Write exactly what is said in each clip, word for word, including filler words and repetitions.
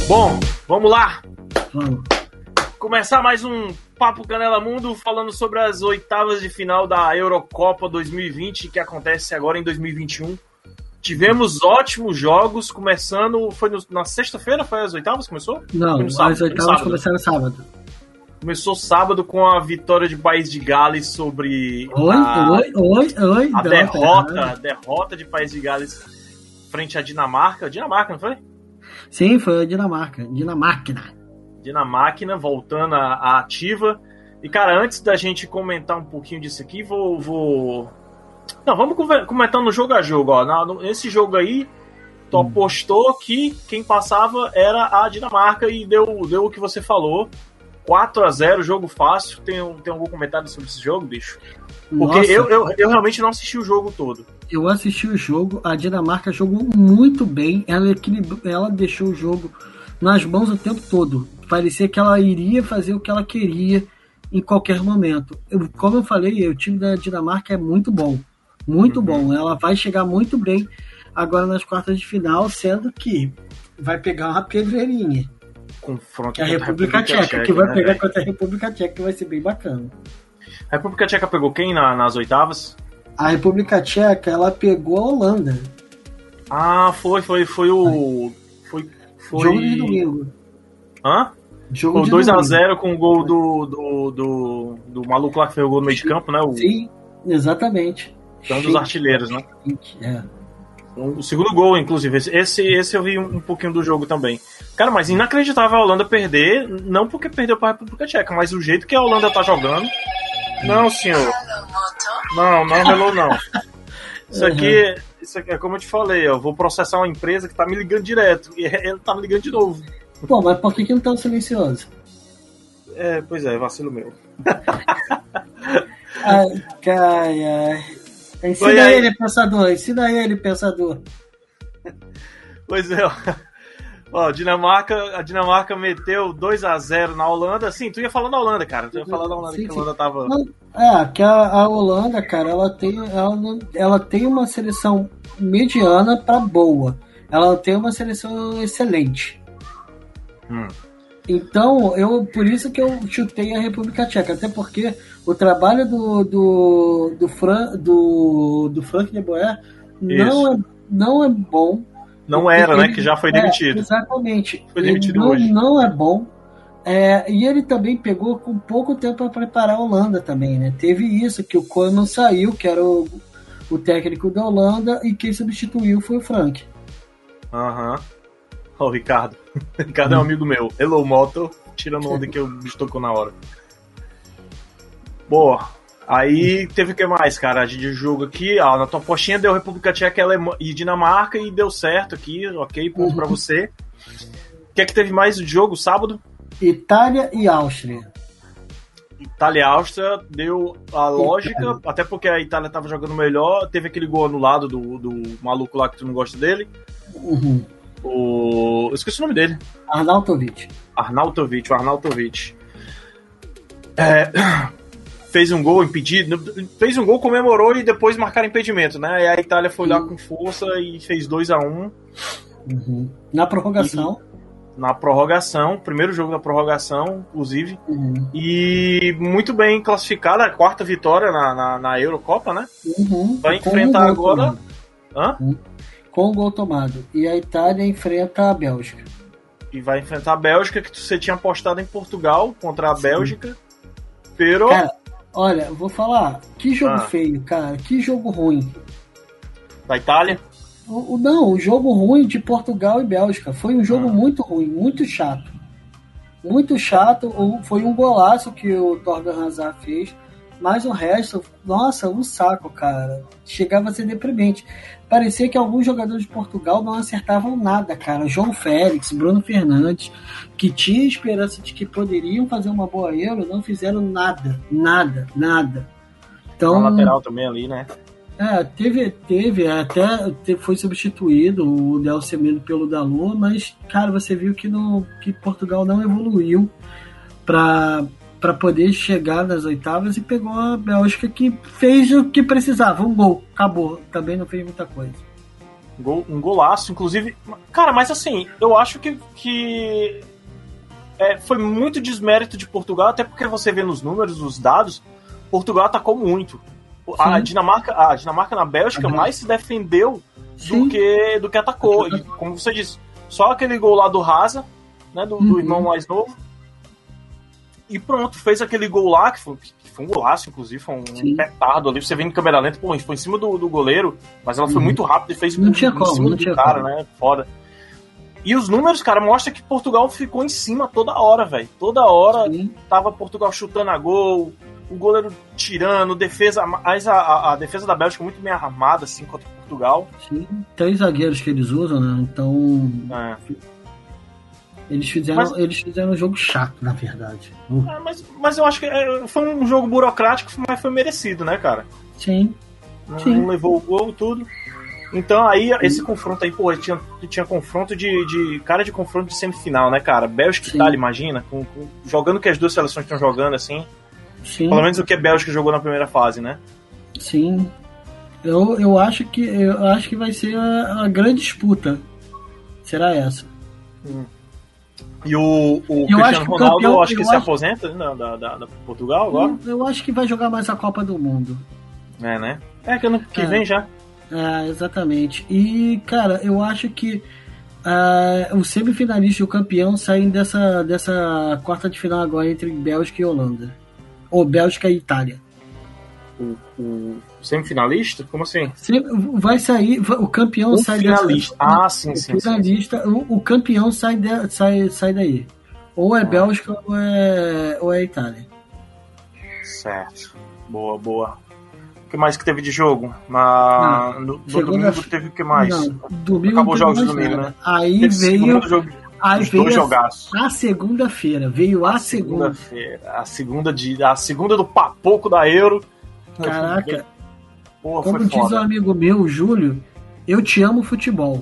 Bom, vamos lá. Vamos. Começar mais um Papo Canela Mundo falando sobre as oitavas de final da Eurocopa dois mil e vinte, que acontece agora em dois mil e vinte e um. Tivemos ótimos jogos, começando... Foi no, na sexta-feira? Foi as oitavas? Começou? Não, sábado, as oitavas começaram sábado. Começou sábado com a vitória de País de Gales sobre... Oi, a, oi, oi, oi. A não, derrota, tá a derrota de País de Gales frente à Dinamarca. Dinamarca, não foi? Sim, foi a Dinamarca. Dinamáquina. Dinamáquina, voltando à ativa. E, cara, antes da gente comentar um pouquinho disso aqui, vou... vou... Não, vamos comentando jogo a jogo. Ó. Nesse jogo aí, tu hum. apostou que quem passava era a Dinamarca e deu, deu o que você falou. quatro a zero, jogo fácil. Tem, tem algum comentário sobre esse jogo, bicho? Porque eu, eu, eu realmente não assisti o jogo todo. Eu assisti o jogo, a Dinamarca jogou muito bem. Ela, ela deixou o jogo nas mãos o tempo todo. Parecia que ela iria fazer o que ela queria em qualquer momento. Eu, como eu falei, o time da Dinamarca é muito bom. Muito uhum. bom. Ela vai chegar muito bem agora nas quartas de final, sendo que vai pegar uma pedreirinha. Confronto que é a República, República Tcheca, Tcheca, que vai né, pegar véio? Contra a República Tcheca, que vai ser bem bacana. A República Tcheca pegou quem na, nas oitavas? A República Tcheca, ela pegou a Holanda. Ah, foi, foi, foi o... Foi, foi... Jogo de domingo. Hã? Jogo foi dois a zero com o gol do, do, do, do maluco lá que fez o gol no meio de campo, né? O... Sim, exatamente. É um dos artilheiros, né? É. O segundo gol, inclusive. Esse, esse eu vi um pouquinho do jogo também. Cara, mas inacreditável a Holanda perder, não porque perdeu para a República Tcheca, mas o jeito que a Holanda tá jogando. Não, senhor. Não, não relou, não. Isso aqui, uhum. isso aqui é como eu te falei, eu vou processar uma empresa que tá me ligando direto. E ele tá me ligando de novo. Pô, mas por que que não tá silencioso? É, pois é, vacilo meu. Ai, ai, ai. Ensina aí. ele, pensador. Ensina ele, pensador. Pois é, ó. Ó, Dinamarca, a Dinamarca meteu dois a zero na Holanda. Sim, tu ia falando da Holanda, cara. Tu ia falar da Holanda, sim, que a Holanda tava... É, que a, a Holanda, cara, ela tem, ela, ela tem uma seleção mediana pra boa. Ela tem uma seleção excelente. Hum. Então, eu, por isso que eu chutei a República Tcheca. Até porque o trabalho do, do, do, Fran, do, do Frank de Boer não é, não é bom. Não era, ele, né? Que já foi demitido. É, exatamente. Foi demitido não, hoje. Não é bom. É, e ele também pegou com pouco tempo para preparar a Holanda também, né? Teve isso, que o Koeman saiu, que era o, o técnico da Holanda, e quem substituiu foi o Frank. Aham. Uhum. Ó, o Ricardo. O Ricardo hum. é um amigo meu. Hello, Moto. Tirando onda que o bicho tocou na hora. Boa. Aí teve o que mais, cara, de jogo aqui. Ah, na tua postinha deu República Tcheca e Dinamarca e deu certo aqui, ok, ponto uhum. pra você. O que é que teve mais de jogo sábado? Itália e Áustria. Itália e Áustria deu a lógica, Itália. Até porque a Itália tava jogando melhor. Teve aquele gol anulado do, do maluco lá que tu não gosta dele. Uhum. O... Eu esqueci o nome dele. Arnautovic. Arnautovic, o Arnautovic. É... Fez um gol impedido, fez um gol, comemorou e depois marcaram impedimento, né? E a Itália foi lá com força e fez dois a um. Uhum. Na prorrogação. E, na prorrogação, primeiro jogo da prorrogação, inclusive. Uhum. E muito bem classificada, a quarta vitória na, na, na Eurocopa, né? Uhum. Vai enfrentar um agora. Hã? Uhum. Com o gol tomado. E a Itália enfrenta a Bélgica. E vai enfrentar a Bélgica, que você tinha apostado em Portugal contra a Sim. Bélgica. Pero. Cara, olha, eu vou falar, que jogo ah. feio, cara, que jogo ruim. Da Itália? O, o, não, o jogo ruim de Portugal e Bélgica. Foi um jogo ah. muito ruim, muito chato. Muito chato, foi um golaço que o Torgan Hazard fez, mas o resto, nossa, um saco, cara. Chegava a ser deprimente. Parecia que alguns jogadores de Portugal não acertavam nada, cara. João Félix, Bruno Fernandes, que tinha esperança de que poderiam fazer uma boa Euro, não fizeram nada, nada, nada. Então, na lateral também ali, né? É, teve, teve, até foi substituído o Del Semedo pelo Dalot, mas, cara, você viu que, no, que Portugal não evoluiu para para poder chegar nas oitavas e pegou a Bélgica, que fez o que precisava, um gol, acabou, também não fez muita coisa. Gol, um golaço, inclusive. Cara, mas assim, eu acho que, que é, foi muito desmérito de Portugal, até porque você vê nos números, nos dados, Portugal atacou muito. A Dinamarca, a Dinamarca na Bélgica mais se defendeu do que, do que atacou. E, como você disse, só aquele gol lá do Hazard, né, do, uhum. do irmão mais novo. E pronto, fez aquele gol lá, que foi, que foi um golaço, inclusive, foi um Sim. petardo ali. Você vê em câmera lenta, pô, foi em cima do, do goleiro, mas ela foi uhum. muito rápida e fez não tinha em como, cima não do tinha cara, como. né? Foda. E os números, cara, mostram que Portugal ficou em cima toda hora, velho. Toda hora Sim. tava Portugal chutando a gol, o goleiro tirando, defesa, mas a, a, a defesa da Bélgica muito bem armada, assim, contra Portugal. Sim, três zagueiros que eles usam, né? Então. É. Eles fizeram, mas, eles fizeram um jogo chato, na verdade. Uh. É, mas, mas eu acho que é, foi um jogo burocrático, mas foi merecido, né, cara? Sim. Não, Sim. não levou o gol, tudo. Então aí, Sim. esse confronto aí, pô, tinha, tinha confronto de, de. Cara de confronto de semifinal, né, cara? Bélgica e Itália, imagina, com, com, jogando o que as duas seleções estão jogando, assim. Sim. Pelo menos o que a Bélgica jogou na primeira fase, né? Sim. Eu, eu acho que eu acho que vai ser a, a grande disputa. Será essa. Hum. E o, o Cristiano Ronaldo, campeão, eu acho que eu se acho... aposenta não, da, da, da Portugal agora? Eu, eu acho que vai jogar mais a Copa do Mundo. É, né? É que ano que é. vem já. É, exatamente. E, cara, eu acho que uh, o semifinalista e o campeão saem dessa, dessa quarta de final agora entre Bélgica e Holanda. Ou Bélgica e Itália. O, o semifinalista? Como assim? Vai sair, o campeão o sai finalista. dessa. Ah, sim, o sim. Finalista, sim. O, o campeão sai, de, sai, sai daí. Ou é ah. Bélgica ou é, ou é Itália. Certo. Boa, boa. O que mais que teve de jogo? Na, não, no no domingo teve o que mais? Não, domingo Acabou os jogos de domingo, nada. né? Aí teve veio. Jogo, aí veio dois jogaços. A segunda-feira. Veio a, a segunda. segunda-feira. A segunda, de, a segunda do papoco da Euro. Caraca. Porra, como diz foda. um amigo meu, Júlio, eu te amo futebol.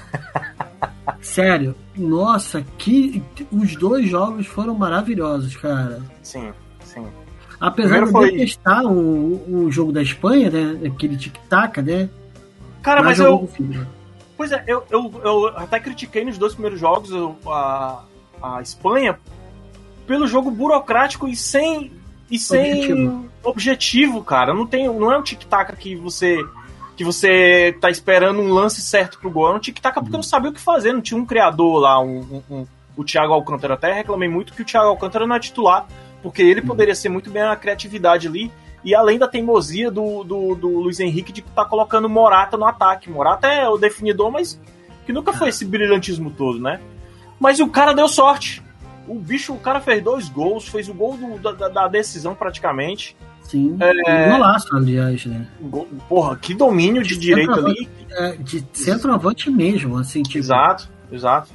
Sério. Nossa, que os dois jogos foram maravilhosos, cara. Sim, sim. Apesar Primeiro de foi... detestar o, o jogo da Espanha, né? Aquele tic-tac, né? Cara, mas, mas eu... Pois é, eu, eu, eu até critiquei nos dois primeiros jogos a, a Espanha pelo jogo burocrático e sem... E sem objetivo, objetivo cara. Não, tem, não é um tic-tac que você... que você tá esperando um lance certo pro gol. É um tic-tac porque não sabia o que fazer. Não tinha um criador lá, um, um, um, o Thiago Alcântara. Até reclamei muito que o Thiago Alcântara não é titular, porque ele poderia ser muito bem a criatividade ali, e além da teimosia do, do, do Luiz Henrique de estar tá colocando Morata no ataque. Morata é o definidor, mas que nunca foi esse brilhantismo todo, né? Mas o cara deu sorte. O bicho, o cara fez dois gols, fez o gol do, da, da decisão praticamente. Sim, é... um golaço, aliás, né? Porra, que domínio de, de direito ali. É, de centroavante mesmo, assim, tipo... Exato, exato.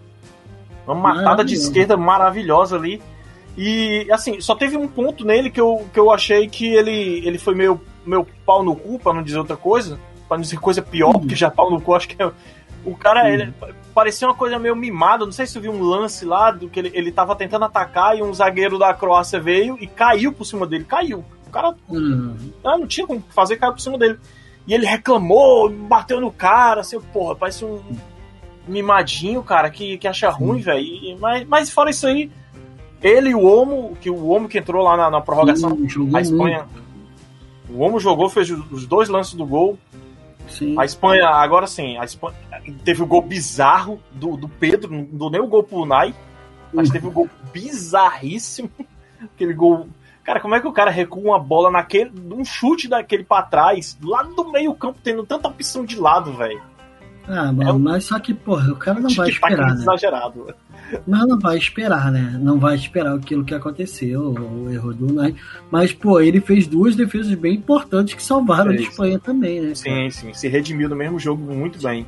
Uma matada de esquerda maravilhosa ali. E, assim, só teve um ponto nele que eu, que eu achei que ele, ele foi meio, meio pau no cu, pra não dizer outra coisa. Pra não dizer coisa pior, uhum. porque já pau no cu, acho que é... O cara, uhum. ele parecia uma coisa meio mimada. Não sei se você viu um lance lá do que ele, ele tava tentando atacar e um zagueiro da Croácia veio e caiu por cima dele. Caiu. O cara uhum. não, não tinha como fazer, caiu por cima dele. E ele reclamou, bateu no cara, assim, porra, parece um mimadinho, cara, que, que acha ruim, velho. Mas, mas fora isso aí, ele e o Olmo, que o Olmo que entrou lá na, na prorrogação, Sim, a Espanha. Muito. O Olmo jogou, fez os dois lances do gol. Sim. A Espanha, agora sim, a Espanha teve o gol bizarro do, do Pedro, não deu nem o gol pro Unai, mas uhum. teve o gol bizarríssimo, aquele gol. Cara, como é que o cara recua uma bola naquele, um chute daquele pra trás, lá do meio campo, tendo tanta opção de lado, velho? Ah, mano, é um... mas só que, porra, o cara não vai esperar, né? Exagerado. Mas não vai esperar, né? Não vai esperar aquilo que aconteceu, o erro do Unai. Mas, pô, ele fez duas defesas bem importantes que salvaram é a Espanha também, né? Sim, cara? sim. Se redimiu no mesmo jogo muito bem.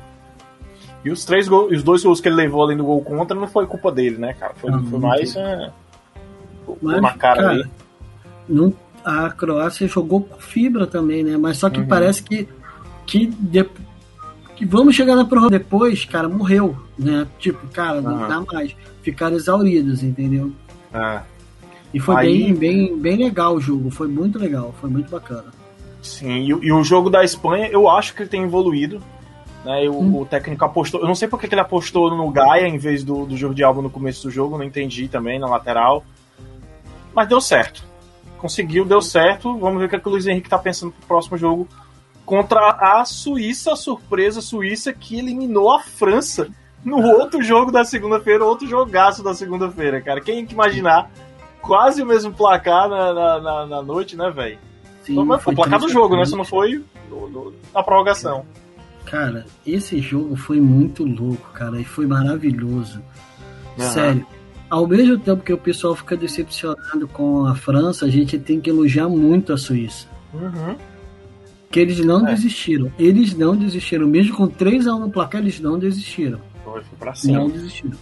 E os três gols, os dois gols que ele levou além do gol contra não foi culpa dele, né, cara? Foi, não, foi não mais é, mas, uma cara, cara ali. Não, a Croácia jogou com fibra também, né? Mas só que uhum. parece que, que, de, que vamos chegar na prova depois, cara, morreu, né? Tipo, cara, não uhum. dá mais. Ficaram exauridos, entendeu? É. E foi Aí... bem, bem, bem legal o jogo, foi muito legal, foi muito bacana. Sim, e, e o jogo da Espanha, eu acho que ele tem evoluído. né? E o, hum. o técnico apostou. Eu não sei porque que ele apostou no Gaia em vez do, do Jordi Alba no começo do jogo, não entendi também, na lateral. Mas deu certo. Conseguiu, deu certo. Vamos ver o que, é que o Luiz Henrique tá pensando pro próximo jogo contra a Suíça, a surpresa Suíça que eliminou a França no outro jogo da segunda-feira, outro jogaço da segunda-feira, cara. Quem ia imaginar quase o mesmo placar na, na, na, na noite, né, velho? Foi, foi o placar do jogo, né? Se não foi no, no, na prorrogação. Cara, esse jogo foi muito louco, cara, e foi maravilhoso. Uhum. Sério. Ao mesmo tempo que o pessoal fica decepcionado com a França, a gente tem que elogiar muito a Suíça. Uhum. Que eles não é. desistiram. Eles não desistiram. Mesmo com três a um no placar, eles não desistiram. Foi, foi pra cima. Não desistiram.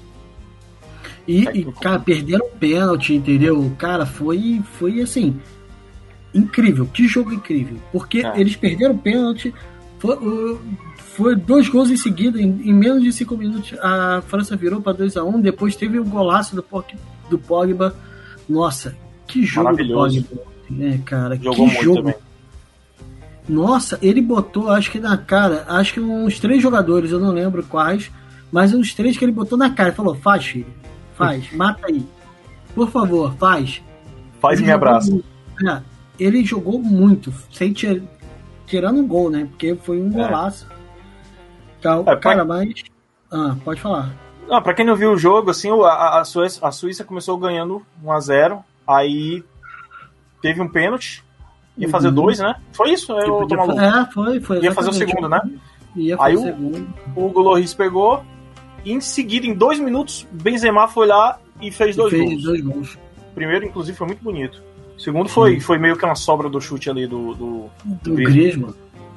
E, é e cara, perderam o pênalti, entendeu? Cara, foi, foi assim, incrível. Que jogo incrível. Porque é. eles perderam o pênalti, foi, foi dois gols em seguida, em, em menos de cinco minutos a França virou para dois a um, depois teve o golaço do, do Pogba. Nossa, que jogo do Pogba, né, cara? Jogou que muito jogo. Também. Nossa, ele botou, acho que na cara, acho que uns três jogadores, eu não lembro quais, mas uns três que ele botou na cara e falou: faz, filho, faz, mata aí, por favor, faz. Faz e me abraça. É, ele jogou muito, sem tir, tirando um gol, né? Porque foi um é. golaço. Então, é, cara, pra... mas. Ah, pode falar. Não, pra quem não viu o jogo, assim, a, a, Suíça, a Suíça começou ganhando um a zero, aí teve um pênalti. Ia fazer uhum. dois, né? Foi isso? Eu tô maluco. É, foi, foi. Ia fazer o segundo, né? Ia fazer aí o segundo. O Hugo Lloris pegou e em seguida, em dois minutos, Benzema foi lá e fez dois fez gols. dois gols. O primeiro, inclusive, foi muito bonito. O segundo foi, foi meio que uma sobra do chute ali do... Do, do Griezmann.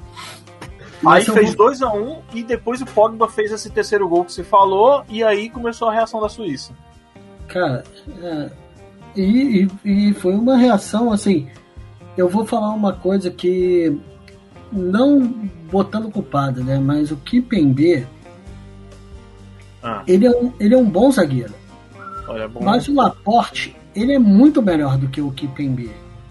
Aí fez dois a um e depois o Pogba fez esse terceiro gol que você falou e aí começou a reação da Suíça. Cara, é, e, e, e foi uma reação, assim... Eu vou falar uma coisa que, não botando culpado, né? Mas o Kimpembe, ah. ele, é um, ele é um bom zagueiro. Olha, bom. Mas o Laporte, ele é muito melhor do que o Kimpembe.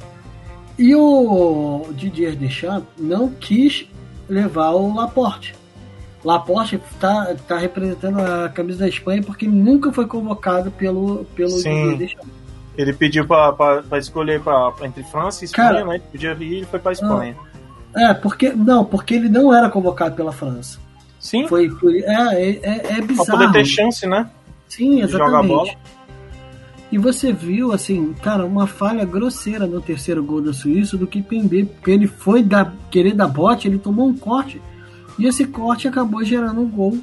E o Didier Deschamps não quis levar o Laporte. Laporte está tá representando a camisa da Espanha porque nunca foi convocado pelo, pelo Didier Deschamps. Ele pediu pra, pra, pra escolher pra, pra entre França e Espanha, cara, né? Ele podia vir e ele foi pra Espanha. É, porque. Não, porque ele não era convocado pela França. Sim. Foi, foi, é, é, é bizarro. Pra poder ter chance, né? Sim, exatamente. Jogar bola. E você viu, assim, cara, uma falha grosseira no terceiro gol da Suíça do Kimpembe, porque ele foi dar, querer dar bote, ele tomou um corte, e esse corte acabou gerando um gol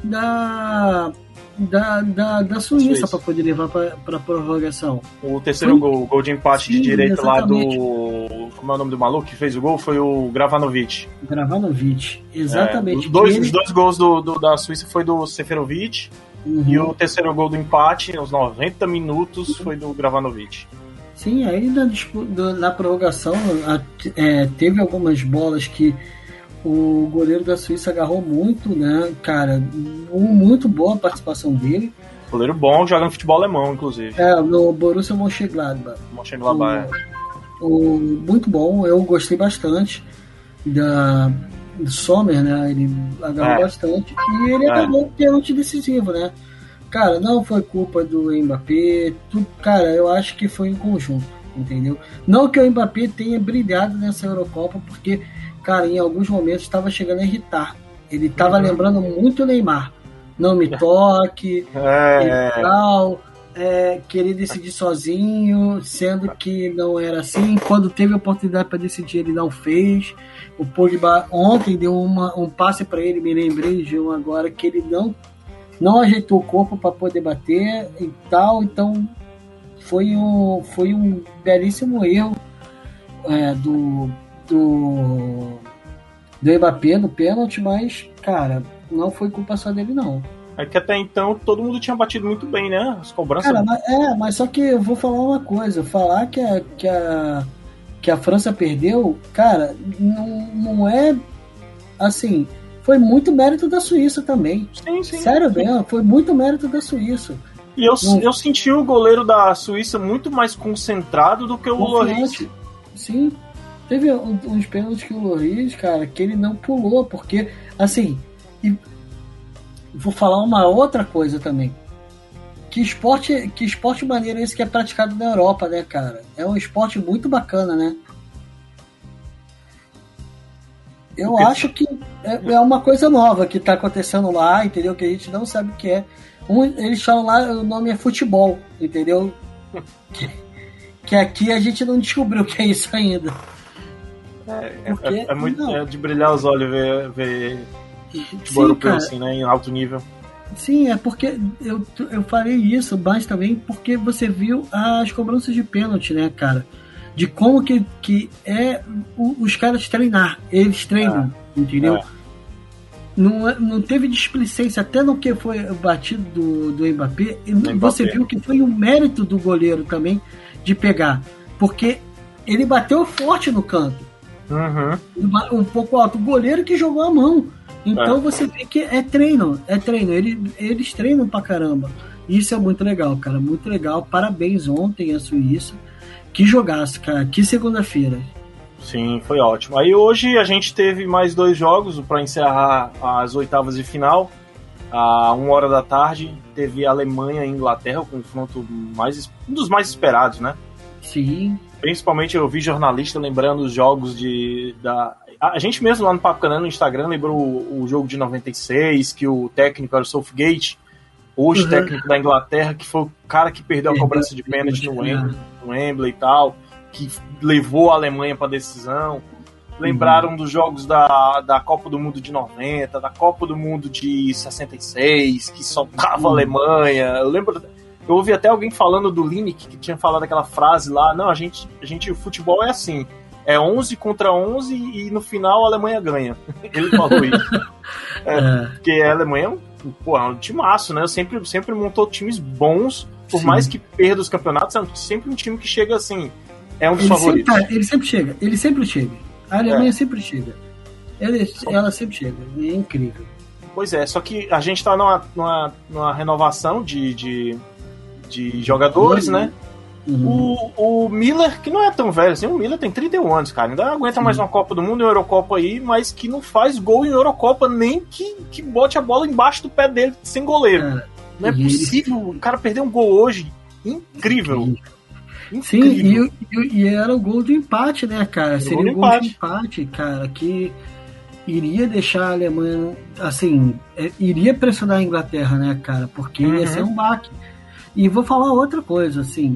da. Da, da, da Suíça para poder levar para a prorrogação. O terceiro foi... gol, o gol de empate. Sim, de direita exatamente. Lá do... Como é o nome do maluco que fez o gol? Foi o Gravanovic. Gravanovic, exatamente. É, os, dois, ele... os dois gols do, do, da Suíça foi do Seferovic, uhum. E o terceiro gol do empate, aos noventa minutos, uhum. foi do Gravanovic. Sim, aí na, na prorrogação a, é, teve algumas bolas que o goleiro da Suíça agarrou muito, né, cara? Muito boa a participação dele. Goleiro bom, jogando futebol alemão, inclusive. É, no Borussia Mönchengladbach. Mönchengladbach, o, o, muito bom, eu gostei bastante da, do Sommer, né? Ele agarrou é. bastante. E ele é. acabou com pênalti decisivo, né? Cara, não foi culpa do Mbappé. Tudo, cara, eu acho que foi em conjunto, entendeu? Não que o Mbappé tenha brilhado nessa Eurocopa, porque... Cara, em alguns momentos estava chegando a irritar. Ele estava uhum. lembrando muito o Neymar. Não me toque, é. e tal, é, querer decidir sozinho, sendo que não era assim. Quando teve a oportunidade para decidir, ele não fez. O Pogba ontem deu uma, um passe para ele, me lembrei de um agora, que ele não, não ajeitou o corpo para poder bater e tal. Então, foi um, foi um belíssimo erro é, do... do do Mbappé no pênalti, mas, cara, não foi culpa só dele, não. É que até então todo mundo tinha batido muito bem, né? As cobranças... Cara, mas, é, mas só que eu vou falar uma coisa, falar que a, que a, que a França perdeu, cara, não, não é, assim, foi muito mérito da Suíça também. Sim, sim. Sério sim. mesmo, foi muito mérito da Suíça. E eu, não, eu senti o goleiro da Suíça muito mais concentrado do que o Lloris. Sim. Teve uns pênaltis que o Lloris, cara, que ele não pulou, porque, assim, E vou falar uma outra coisa também. Que esporte, que esporte maneiro esse que é praticado na Europa, né, cara? É um esporte muito bacana, né? Eu acho que é, é uma coisa nova que tá acontecendo lá, entendeu? Que a gente não sabe o que é. Um, eles falam lá, o nome é futebol, entendeu? Que, que aqui a gente não descobriu o que é isso ainda. É, Porque, é, é muito é de brilhar os olhos ver, ver futebol europeu assim, né, em alto nível. Sim, é porque eu, eu falei isso, mas também porque você viu as cobranças de pênalti, né, cara? De como que, que é o, os caras treinar. Eles treinam, é, entendeu? É. Não, não teve displicência, até no que foi batido do, do Mbappé, Mbappé, você viu que foi um mérito do goleiro também de pegar. Porque ele bateu forte no canto. Uhum. Um pouco alto. O goleiro que jogou a mão. Então é. Você vê que é treino, é treino. Eles, eles treinam pra caramba. Isso é muito legal, cara. Muito legal. Parabéns ontem a Suíça. Que jogaço, cara. Que segunda-feira. Sim, foi ótimo. Aí hoje a gente teve mais dois jogos para encerrar as oitavas de final. À uma hora da tarde teve Alemanha e Inglaterra, o confronto mais, um dos mais esperados, né? Sim. Principalmente eu vi jornalista lembrando os jogos de... Da... A gente mesmo lá no Papo Canã, no Instagram, lembrou o, o jogo de noventa e seis, que o técnico era o Southgate, hoje uhum. técnico da Inglaterra, que foi o cara que perdeu a cobrança de pênalti no Wembley, no Wembley e tal, que levou a Alemanha para a decisão. Lembraram uhum. dos jogos da, da Copa do Mundo de noventa, da Copa do Mundo de sessenta e seis, que soltava uhum. a Alemanha. Eu lembro... Eu ouvi até alguém falando do Lineker, que tinha falado aquela frase lá, não, a gente, a gente, o futebol é assim, é onze contra onze e no final a Alemanha ganha. Ele falou isso. É, é. Porque a Alemanha é um, pô, é um timaço, né? Sempre, sempre montou times bons, por Sim. mais que perda os campeonatos, é sempre um time que chega assim, é um dos ele favoritos. Sempre, ele sempre chega, ele sempre chega. A Alemanha é. sempre chega. Ela, ela sempre chega, é incrível. Pois é, só que a gente tá numa, numa, numa renovação de... de de jogadores, uhum. né? Uhum. O, o Miller, que não é tão velho assim, o Miller tem trinta e um anos, cara, ainda aguenta Sim. mais uma Copa do Mundo e uma Eurocopa aí, mas que não faz gol em Eurocopa, nem que, que bote a bola embaixo do pé dele sem goleiro. É. Não é e possível ele... o cara perder um gol hoje. Incrível. Incrível. Incrível. Sim, e, e, e era o gol de empate, né, cara? Seria o gol de empate, cara, que iria deixar a Alemanha, assim, é, iria pressionar a Inglaterra, né, cara? Porque uhum. ia ser um baque. E vou falar outra coisa, assim,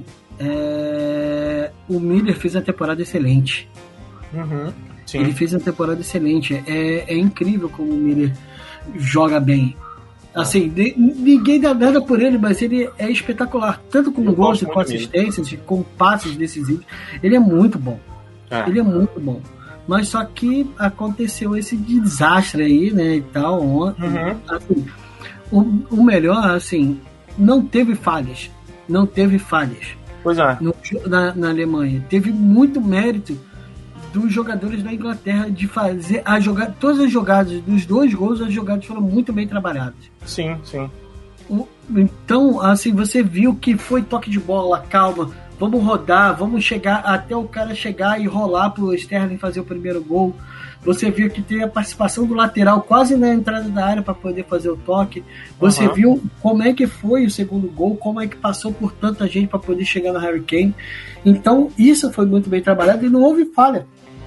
é... o Miller fez uma temporada excelente. Uhum, sim. Ele fez uma temporada excelente. É, é incrível como o Miller joga bem. Assim, de... ninguém dá nada por ele, mas ele é espetacular. Tanto com gols e com assistências, com passes decisivos. Ele é muito bom. É. Ele é muito bom. Mas só que aconteceu esse desastre aí, né, e tal. Uhum. Assim, o, o melhor, assim... não teve falhas, não teve falhas pois é. no, na, na Alemanha. Teve muito mérito dos jogadores da Inglaterra de fazer a jogada, todas as jogadas dos dois gols, as jogadas foram muito bem trabalhadas. Sim, sim. O, então, assim, você viu que foi toque de bola, calma, vamos rodar, vamos chegar até o cara chegar e rolar pro Sterling fazer o primeiro gol. Você viu que teve a participação do lateral quase na entrada da área para poder fazer o toque. Você uhum. viu como é que foi o segundo gol, como é que passou por tanta gente para poder chegar no Harry Kane. Então, isso foi muito bem trabalhado e não houve falha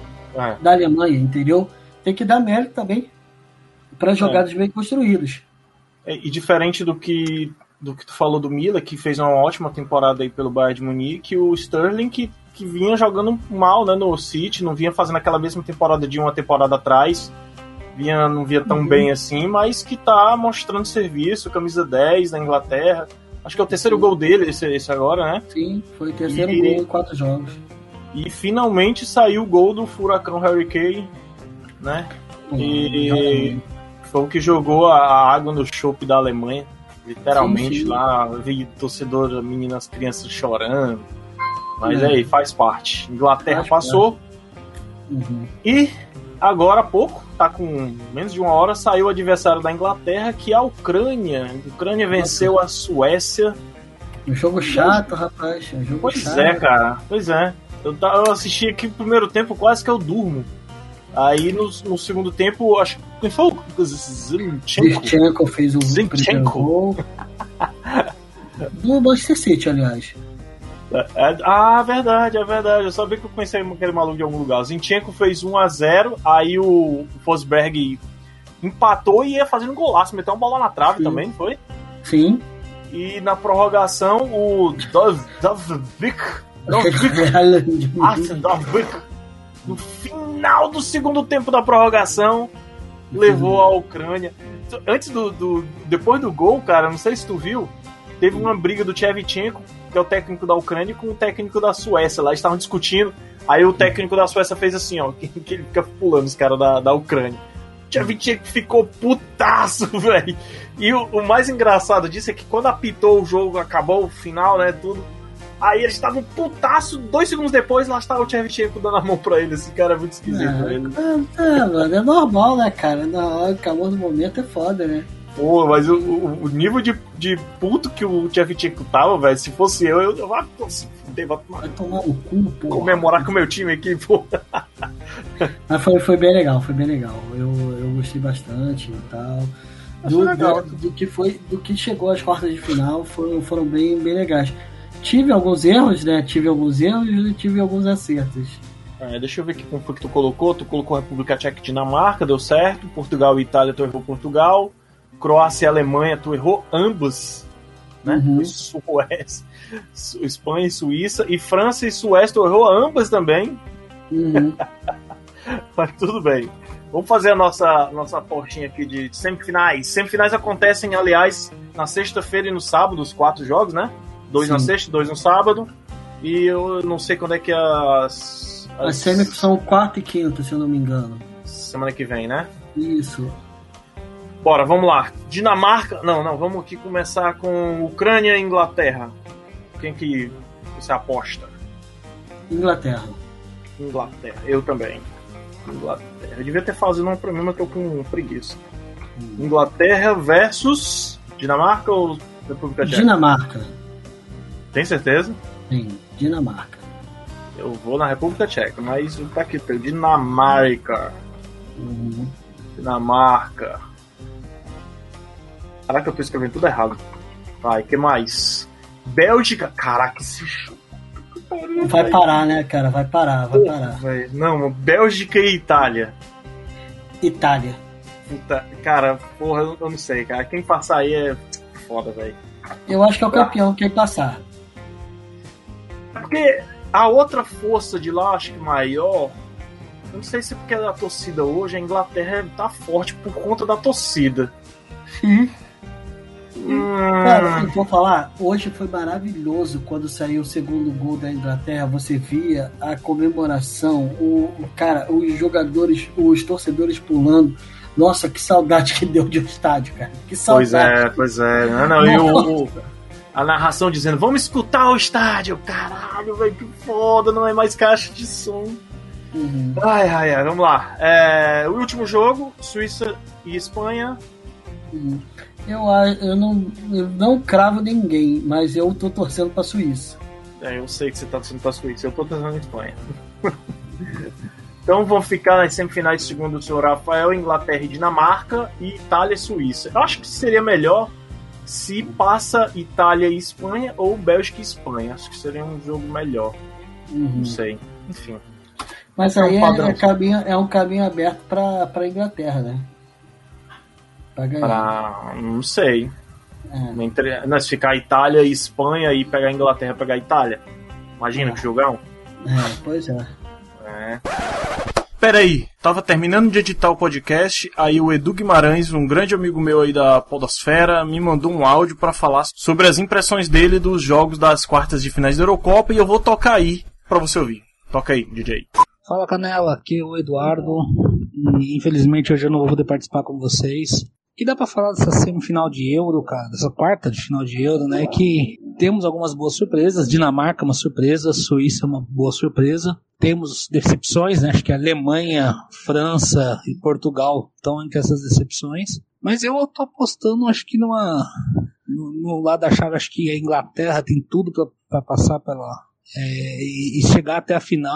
é. da Alemanha, entendeu? Tem que dar mérito também para jogadas é. bem construídas. É, e diferente do que, do que tu falou do Miller, que fez uma ótima temporada aí pelo Bayern de Munique, o Sterling, que que vinha jogando mal, né, no City, não vinha fazendo aquela mesma temporada de uma temporada atrás, vinha, não vinha tão uhum. bem assim, mas que tá mostrando serviço, camisa dez na Inglaterra. Acho que é o terceiro Sim. gol dele, esse, esse agora, né? Sim, foi o terceiro e, gol em quatro jogos. E finalmente saiu o gol do furacão Harry Kane, né? Uhum. E foi o que jogou a água no chope da Alemanha, literalmente. Sim, sim. Lá, vi torcedor, meninas, crianças chorando. Mas é. aí, faz parte. Inglaterra faz passou. Uhum. E agora há pouco, tá com menos de uma hora, saiu o adversário da Inglaterra, que é a Ucrânia. A Ucrânia venceu a Suécia. Um jogo chato, rapaz. Um jogo pois chato. é, cara. Pois é. Eu, eu assisti aqui o primeiro tempo, quase que eu durmo. Aí no, no segundo tempo, acho que quem foi o Zinchenko? Zinchenko fez o Zinchenko. Gol. Do Manchester City, aliás. É, é, ah, verdade, é verdade. Eu sabia que eu conhecia aquele maluco de algum lugar. O Zinchenko fez um a zero, aí o Forsberg empatou e ia fazendo um golaço, meteu uma bola na trave. Sim. Também, não foi? Sim. E na prorrogação, o Dovbyk no final do segundo tempo da prorrogação, levou a Ucrânia. Antes do, do. Depois do gol, cara, não sei se tu viu, teve uma briga do Shevchenko, que é o técnico da Ucrânia, com o técnico da Suécia. Lá eles estavam discutindo. Aí o técnico da Suécia fez assim, ó, que, que ele fica pulando os caras da, da Ucrânia. O Shevchenko ficou putaço, velho. E o, o mais engraçado disso é que quando apitou o jogo, acabou o final, né, tudo. Aí eles estavam putaço, dois segundos depois, lá estava o Shevchenko dando a mão pra ele. Esse cara é muito esquisito. É, ele. É, é, mano, é normal, né, cara? Na hora que acabou no momento é foda, né? Pô, mas o, o, o nível de, de puto que o Shevchenko tava, velho, se fosse eu, eu, eu vou se fuder, vou Vai tomar no cu, pô. Comemorar com o meu time aqui, pô. Mas foi, foi bem legal, foi bem legal. Eu, eu gostei bastante e tal. Do, do, do, que foi, do que chegou às quartas de final foram, foram bem, bem legais. Tive alguns erros, né? Tive alguns erros e tive alguns acertos. É, deixa eu ver aqui como foi que tu colocou. Tu colocou República Tcheca e Dinamarca, deu certo. Portugal e Itália, tu errou Portugal. Croácia e Alemanha, tu errou ambos, né? Uhum. Suécia, Espanha e Suíça. E França e Suécia, tu errou ambas também. Uhum. Mas tudo bem. Vamos fazer a nossa, nossa portinha aqui de semifinais. Semifinais acontecem, aliás, na sexta-feira e no sábado, os quatro jogos, né? Dois Sim. na sexta, dois no sábado. E eu não sei quando é que as... As, as semifinais são quarta e quinta, se eu não me engano. Semana que vem, né? Isso. Bora, vamos lá. Dinamarca... Não, não, vamos aqui começar com Ucrânia e Inglaterra. Quem que você aposta? Inglaterra. Inglaterra, eu também. Inglaterra. Eu devia ter fazido um pra mim, mas tô com preguiça. Hum. Inglaterra versus Dinamarca ou República Tcheca? Dinamarca. Tem certeza? Sim, Dinamarca. Eu vou na República Tcheca, mas tá aqui, Dinamarca. Uhum. Dinamarca. Caraca, eu tô escrevendo tudo errado. Vai, que mais? Bélgica. Caraca, esse jogo. Vai parar, né, cara? Vai parar, vai Porra, parar. Véio. Não, Bélgica e Itália. Itália. Puta, cara, porra, eu não sei, cara. Quem passar aí é foda, velho. Eu acho que é o campeão que vai passar. Porque a outra força de lá, acho que maior, eu não sei se é porque é da torcida hoje, a Inglaterra tá forte por conta da torcida. Sim. Hum. Cara, eu vou falar, hoje foi maravilhoso quando saiu o segundo gol da Inglaterra. Você via a comemoração, o, o cara, os jogadores, os torcedores pulando. Nossa, que saudade que deu de um estádio, cara. Que saudade. Pois é, pois é. Não, não, e o, o, a narração dizendo, vamos escutar o estádio. Caralho, velho, que foda, não é mais caixa de som. Uhum. Ai, ai, ai, vamos lá. É, o último jogo, Suíça e Espanha. Uhum. Eu, eu, não, eu não cravo ninguém, mas eu tô torcendo pra Suíça. É, eu sei que você tá torcendo pra Suíça, eu tô torcendo pra Espanha. Então vão ficar nas semifinais, segundo o senhor Rafael, Inglaterra e Dinamarca, e Itália e Suíça. Eu acho que seria melhor se passa Itália e Espanha ou Bélgica e Espanha. Acho que seria um jogo melhor. Uhum. Não sei. Enfim. Mas aí é, um é, é, caminho, é um caminho aberto pra, pra Inglaterra, né? Pra ganhar. Pra... Não sei. É. Entre... Não, se ficar Itália e Espanha e pegar a Inglaterra e pegar a Itália. Imagina é. que jogão. É, pois é. É. Peraí, tava terminando de editar o podcast, aí o Edu Guimarães, um grande amigo meu aí da podosfera, me mandou um áudio pra falar sobre as impressões dele dos jogos das quartas de finais da Eurocopa, e eu vou tocar aí pra você ouvir. Toca aí, D J. Fala, Canela, aqui é o Eduardo, e infelizmente hoje eu não vou poder participar com vocês. E dá pra falar dessa semifinal de Euro, cara, dessa quarta de final de Euro, né, que temos algumas boas surpresas. Dinamarca é uma surpresa, Suíça é uma boa surpresa. Temos decepções, né, acho que a Alemanha, França e Portugal estão entre essas decepções. Mas eu tô apostando, acho que numa, no, no lado da chave, acho que a Inglaterra tem tudo pra, pra passar pela, é, e, e chegar até a final.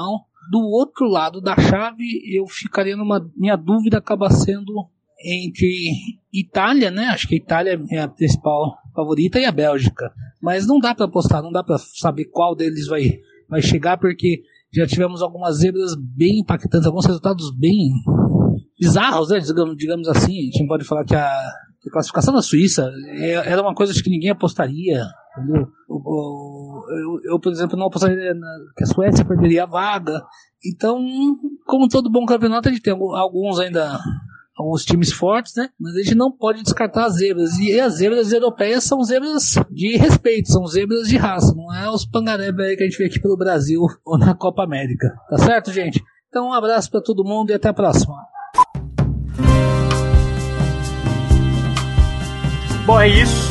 do outro lado da chave, eu ficaria numa... Minha dúvida acaba sendo entre Itália, né? Acho que a Itália é a principal favorita e a Bélgica. Mas não dá para apostar, não dá para saber qual deles vai, vai chegar, porque já tivemos algumas zebras bem impactantes, alguns resultados bem bizarros, né? Digamos, digamos assim. A gente não pode falar que a, que a classificação da Suíça era uma coisa que ninguém apostaria. Eu, eu, eu, por exemplo, não apostaria na, que a Suécia perderia a vaga. Então, como todo bom campeonato, a gente tem alguns ainda, alguns times fortes, né? Mas a gente não pode descartar as zebras. E as zebras europeias são zebras de respeito, são zebras de raça. Não é os pangaré que a gente vê aqui pelo Brasil ou na Copa América. Tá certo, gente? Então, um abraço para todo mundo e até a próxima. Bom, é isso.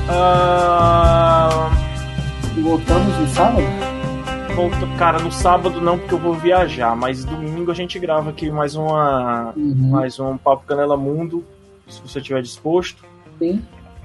Uh... Voltamos no sábado? Volto, cara, no sábado não, porque eu vou viajar, mas domingo a gente grava aqui mais uma uhum. mais um Papo Canela Mundo, se você estiver disposto. Sim.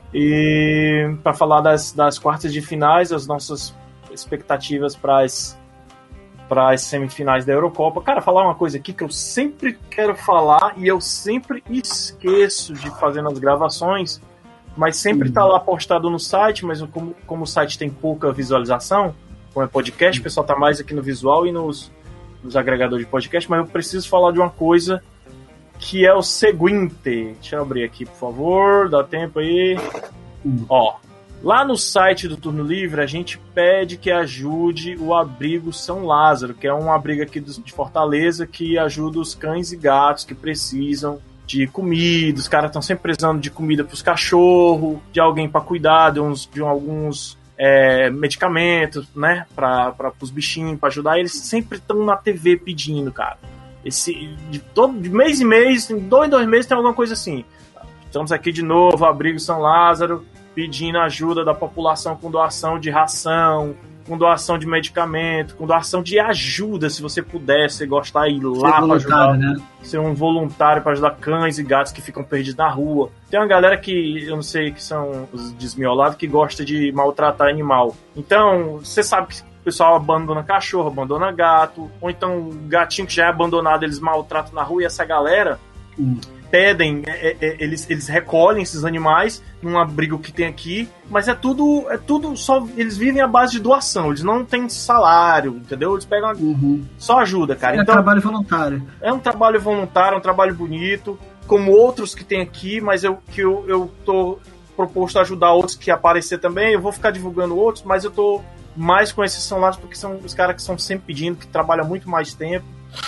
E para falar das, das quartas de finais, as nossas expectativas para as para as semifinais da Eurocopa. Cara, falar uma coisa aqui que eu sempre quero falar e eu sempre esqueço de fazer nas gravações, mas sempre está lá postado no site, mas como, como o site tem pouca visualização, como é podcast, o pessoal está mais aqui no visual e nos, nos agregadores de podcast, mas eu preciso falar de uma coisa que é o seguinte. Deixa eu abrir aqui, por favor, dá tempo aí. Hum. Ó, lá no site do Turno Livre, a gente pede que ajude o Abrigo São Lázaro, que é um abrigo aqui de Fortaleza que ajuda os cães e gatos que precisam de comida. Os caras estão sempre precisando de comida para os cachorros, de alguém para cuidar, de, uns, de alguns é, medicamentos, né, para os bichinhos, para ajudar. Eles sempre estão na T V pedindo, cara. Esse, de, todo, de mês em mês, em dois em dois meses tem alguma coisa assim. Estamos aqui de novo, Abrigo São Lázaro, pedindo ajuda da população com doação de ração, com doação de medicamento, com doação de ajuda, se você puder, se gostar de ir lá para ajudar, né? Ser um voluntário para ajudar cães e gatos que ficam perdidos na rua. Tem uma galera que, eu não sei, que são os desmiolados, que gosta de maltratar animal. Então, você sabe que o pessoal abandona cachorro, abandona gato, ou então gatinho que já é abandonado, eles maltratam na rua, e essa galera hum. pedem, é, é, eles, eles recolhem esses animais num abrigo que tem aqui, mas é tudo, é tudo só, eles vivem à base de doação, eles não têm salário, entendeu? Eles pegam uhum. só ajuda, cara. É então, trabalho voluntário. É um trabalho voluntário, é um trabalho bonito, como outros que tem aqui, mas eu, que eu, eu tô proposto a ajudar outros que aparecer também, eu vou ficar divulgando outros, mas eu tô mais com esses São Lázaro, porque são os caras que estão sempre pedindo, que trabalham muito mais tempo.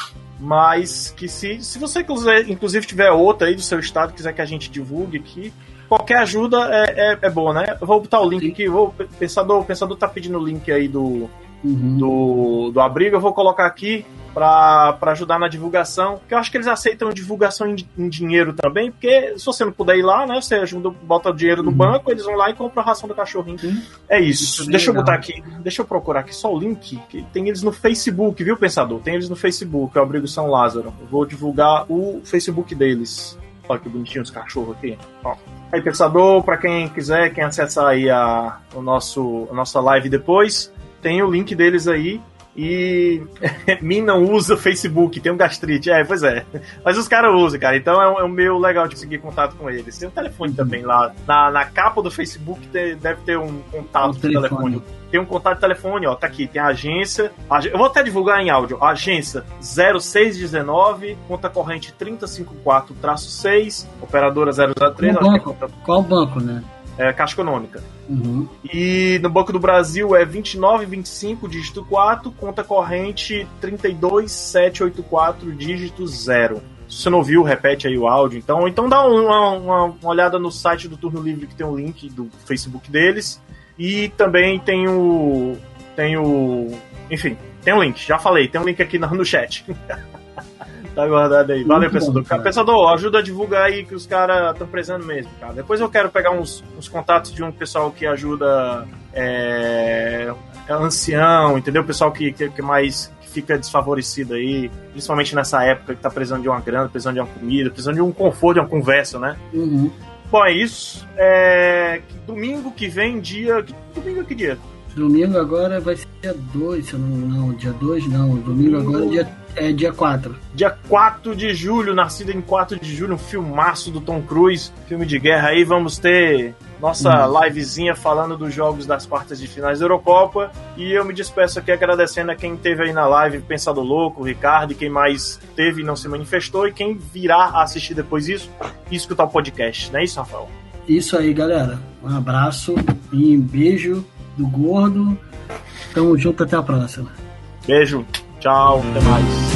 Mas que se, se você quiser, inclusive tiver outra aí do seu estado, quiser que a gente divulgue aqui, qualquer ajuda é, é, é boa, né? Eu vou botar o link Sim. aqui, vou, o pensador, o pensador tá pedindo o link aí do, uhum. do, do abrigo, eu vou colocar aqui pra, pra ajudar na divulgação, porque eu acho que eles aceitam divulgação em, em dinheiro também, porque se você não puder ir lá, né, você ajuda, bota o dinheiro no uhum. banco, eles vão lá e compram a ração do cachorrinho. Uhum. É isso. isso deixa legal. eu botar aqui, deixa eu procurar aqui só o link, que tem eles no Facebook, viu, pensador? Tem eles no Facebook, é o Abrigo São Lázaro. Eu vou divulgar o Facebook deles. Olha que bonitinho os cachorros aqui. Ó. Aí, pensador, pra quem quiser, quem acessar aí a, o nosso, a nossa live depois, tem o link deles aí. E mim não usa Facebook, tem um gastrite. É, pois é. Mas os caras usam, cara. Então é um, é um meio legal de conseguir contato com eles. Tem um telefone também lá. Na, na capa do Facebook tem, deve ter um contato um de telefone. telefone. Tem um contato de telefone, ó. Tá aqui. Tem a agência. A, eu vou até divulgar em áudio. A agência zero seis um nove, conta corrente três cinco quatro traço seis, operadora zero zero três. Qual banco? É conta... Qual banco, né? É, Caixa Econômica. Uhum. E no Banco do Brasil é vinte e nove vinte e cinco, dígito quatro, conta corrente trinta e dois sete oito quatro, dígito zero. Se você não viu, repete aí o áudio. Então, então dá uma, uma, uma olhada no site do Turno Livre, que tem um link do Facebook deles. E também tem o... Tem o... Enfim, tem um link. Já falei, tem um link aqui no, no chat. Tá guardado aí. Valeu, pensador. Bom, pensador, ajuda a divulgar aí que os caras estão precisando mesmo, cara. Depois eu quero pegar uns, uns contatos de um pessoal que ajuda é, é ancião, entendeu? Pessoal que, que, que mais que fica desfavorecido aí, principalmente nessa época que tá precisando de uma grana, precisando de uma comida, precisando de um conforto, de uma conversa, né? Uhum. Bom, é isso. É, domingo que vem, dia... Domingo é que dia? Domingo agora vai ser dia dois, se eu não, não, dia dois não, domingo agora é dia, é dia quatro. Dia quatro de julho, nascido em quatro de julho, um filmaço do Tom Cruise, filme de guerra aí, vamos ter nossa hum. livezinha falando dos jogos das quartas de finais da Eurocopa, e eu me despeço aqui agradecendo a quem esteve aí na live, Pensado Louco, o Ricardo, e quem mais teve e não se manifestou, e quem virá a assistir depois disso e escutar o podcast, não é isso, Rafael? Isso aí, galera, um abraço e um beijo do Gordo. Tamo junto, até a próxima. Beijo, tchau, até mais.